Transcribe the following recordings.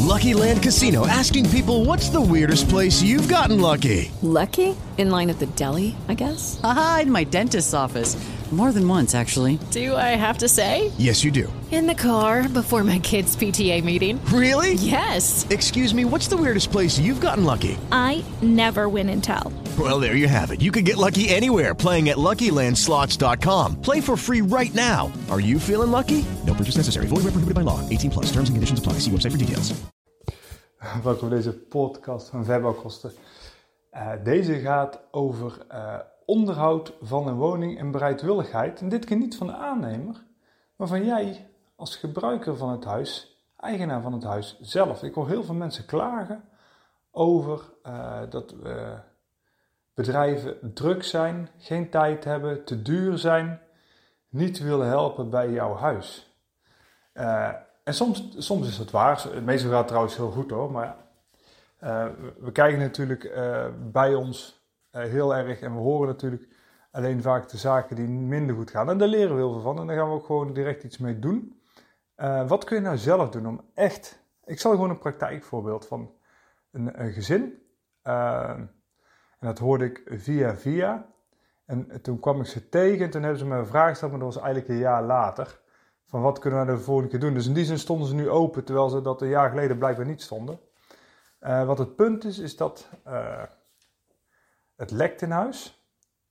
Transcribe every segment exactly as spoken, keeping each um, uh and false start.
Lucky Land Casino, asking people, what's the weirdest place you've gotten lucky? Lucky? In line at the deli, I guess? Aha, in my dentist's office. More than once, actually. Do I have to say? Yes, you do. In the car before my kids' P T A meeting. Really? Yes. Excuse me, what's the weirdest place you've gotten lucky? I never win and tell. Well, there you have it. You can get lucky anywhere, playing at Lucky Land Slots dot com. Play for free right now. Are you feeling lucky? No purchase necessary. Void where prohibited by law. eighteen plus. Terms and conditions apply. See website for details. Welkom bij deze podcast van Verbouwkosten. Uh, deze gaat over uh, onderhoud van een woning en bereidwilligheid. En dit keer niet van de aannemer, maar van jij als gebruiker van het huis, eigenaar van het huis zelf. Ik hoor heel veel mensen klagen over uh, dat uh, bedrijven druk zijn, geen tijd hebben, te duur zijn, niet willen helpen bij jouw huis. Uh, en soms, soms is dat waar, meestal gaat het trouwens heel goed hoor, maar uh, we kijken natuurlijk uh, bij ons uh, heel erg en we horen natuurlijk alleen vaak de zaken die minder goed gaan. En daar leren we heel veel van en daar gaan we ook gewoon direct iets mee doen. Uh, wat kun je nou zelf doen om echt, ik zal gewoon een praktijkvoorbeeld van een, een gezin. Uh, en dat hoorde ik via via. En toen kwam ik ze tegen en toen hebben ze me een vraag gesteld, maar dat was eigenlijk een jaar later. Van wat kunnen we de volgende keer doen? Dus in die zin stonden ze nu open, terwijl ze dat een jaar geleden blijkbaar niet stonden. Uh, wat het punt is, is dat uh, het lekt in huis.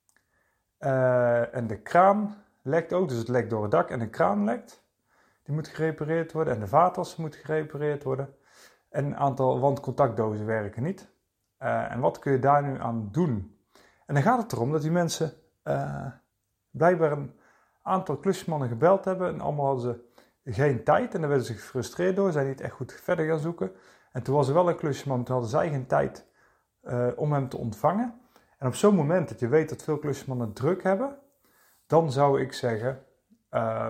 Uh, en de kraan lekt ook, dus het lekt door het dak en de kraan lekt. Die moet gerepareerd worden en de vaatwasser moet gerepareerd worden. En een aantal wandcontactdozen werken niet. Uh, en wat kun je daar nu aan doen? En dan gaat het erom dat die mensen uh, blijkbaar een aantal klusjesmannen gebeld hebben. En allemaal hadden ze geen tijd en daar werden ze gefrustreerd door. Ze zijn niet echt goed verder gaan zoeken. En toen was er wel een klusjesman, toen hadden zij geen tijd uh, om hem te ontvangen. En op zo'n moment dat je weet dat veel klusjesmannen druk hebben, dan zou ik zeggen, uh,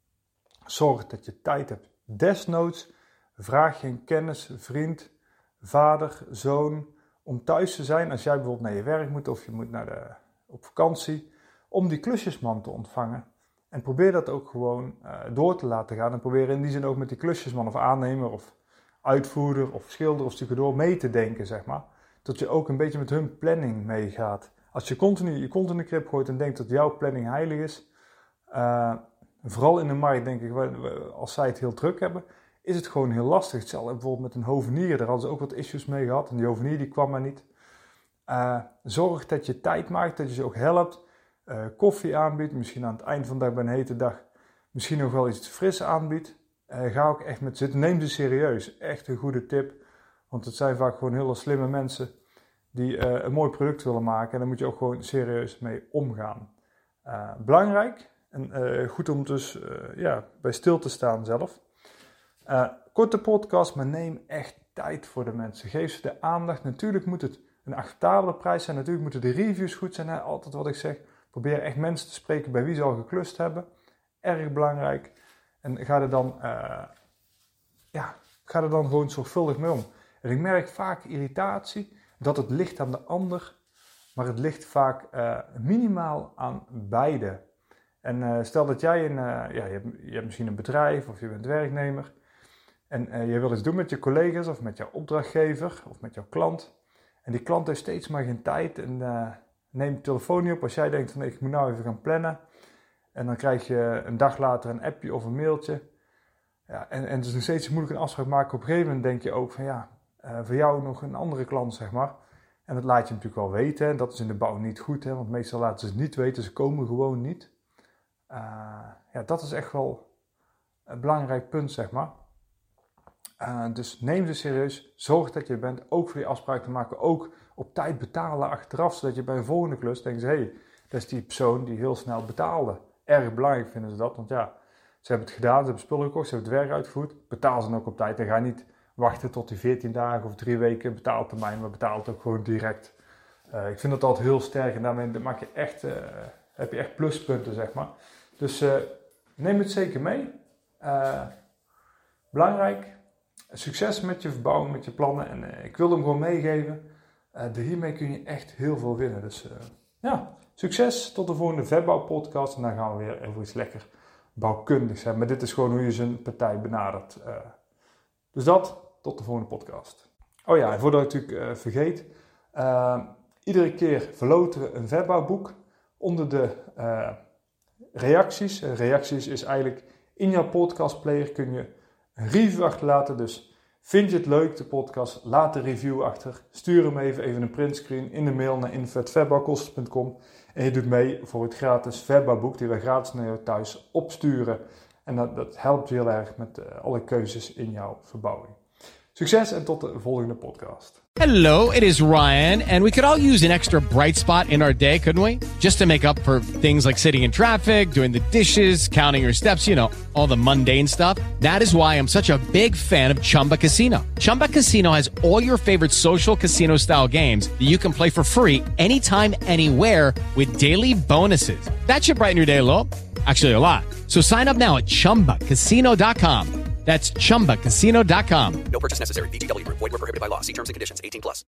zorg dat je tijd hebt. Desnoods vraag je een kennis, vriend, vader, zoon, om thuis te zijn als jij bijvoorbeeld naar je werk moet of je moet naar de, op vakantie, om die klusjesman te ontvangen. En probeer dat ook gewoon uh, door te laten gaan. En probeer in die zin ook met die klusjesman of aannemer of uitvoerder of schilder of stucadoor mee te denken, zeg maar. Dat je ook een beetje met hun planning meegaat. Als je continu je kont in de krib gooit en denkt dat jouw planning heilig is, uh, vooral in de markt denk ik, als zij het heel druk hebben, is het gewoon heel lastig. Hetzelfde bijvoorbeeld met een hovenier, daar hadden ze ook wat issues mee gehad en die hovenier die kwam maar niet. Uh, zorg dat je tijd maakt, dat je ze ook helpt. Uh, koffie aanbiedt, misschien aan het eind van de dag bij een hete dag, misschien nog wel iets fris aanbiedt. Uh, ga ook echt met zitten, neem ze serieus. Echt een goede tip, want het zijn vaak gewoon hele slimme mensen die uh, een mooi product willen maken en daar moet je ook gewoon serieus mee omgaan. Uh, belangrijk en uh, goed om dus uh, ja, bij stil te staan zelf. Uh, korte podcast, maar neem echt tijd voor de mensen. Geef ze de aandacht. Natuurlijk moet het een acceptabele prijs zijn. Natuurlijk moeten de reviews goed zijn. Hè? Altijd wat ik zeg. Probeer echt mensen te spreken bij wie ze al geklust hebben. Erg belangrijk. En ga er dan, uh, ja, ga er dan gewoon zorgvuldig mee om. En ik merk vaak irritatie. Dat het ligt aan de ander. Maar het ligt vaak uh, minimaal aan beide. En uh, stel dat jij een, uh, ja, je hebt, je hebt misschien een bedrijf of je bent werknemer. En uh, je wil iets doen met je collega's of met jouw opdrachtgever of met jouw klant. En die klant heeft steeds maar geen tijd en uh, neem de telefoon niet op als jij denkt van ik moet nou even gaan plannen. En dan krijg je een dag later een appje of een mailtje. Ja, en, en het is nog steeds moeilijk een afspraak maken. Op een gegeven moment denk je ook van ja, uh, voor jou nog een andere klant zeg maar. En dat laat je natuurlijk wel weten. En dat is in de bouw niet goed, hè, want meestal laten ze het niet weten. Ze komen gewoon niet. Uh, ja, dat is echt wel een belangrijk punt zeg maar. Uh, dus neem ze serieus, zorg dat je bent, ook voor die afspraak te maken, ook op tijd betalen achteraf, zodat je bij een volgende klus denkt, hé, hey, dat is die persoon die heel snel betaalde. Erg belangrijk vinden ze dat, want ja, ze hebben het gedaan, ze hebben spullen gekocht, ze hebben het werk uitgevoerd, betaal ze dan ook op tijd en ga niet wachten tot die veertien dagen of drie weken betaaltermijn, maar betaal het ook gewoon direct. Uh, ik vind dat altijd heel sterk en daarmee maak je echt, uh, heb je echt pluspunten, zeg maar. Dus uh, neem het zeker mee. Uh, belangrijk. Succes met je verbouwing, met je plannen. En uh, ik wil hem gewoon meegeven. Uh, hiermee kun je echt heel veel winnen. Dus uh, ja, succes. Tot de volgende verbouwpodcast. En dan gaan we weer even iets lekker bouwkundigs hebben. Maar dit is gewoon hoe je zijn partij benadert. Uh, dus dat. tot de volgende podcast. Oh ja, en voordat ik natuurlijk uh, vergeet. Uh, iedere keer verloten we een vetbouwboek onder de uh, reacties. Uh, reacties is eigenlijk in jouw podcastplayer kun je een review achterlaten. Dus vind je het leuk, de podcast, laat de review achter. Stuur hem even, even een printscreen in de mail naar info at vetbouwkosten punt com. En je doet mee voor het gratis vetbouwboek die we gratis naar jou thuis opsturen. En dat, dat helpt heel erg met uh, alle keuzes in jouw verbouwing. Succes en tot de volgende podcast. Hello, it is Ryan, and we could all use an extra bright spot in our day, couldn't we? Just to make up for things like sitting in traffic, doing the dishes, counting your steps, you know, all the mundane stuff. That is why I'm such a big fan of Chumba Casino. Chumba Casino has all your favorite social casino-style games that you can play for free anytime, anywhere with daily bonuses. That should brighten your day a little. Actually, a lot. So sign up now at chumba casino dot com. That's chumba casino dot com. No purchase necessary. V G W Group. Void where prohibited by law. See terms and conditions. eighteen plus.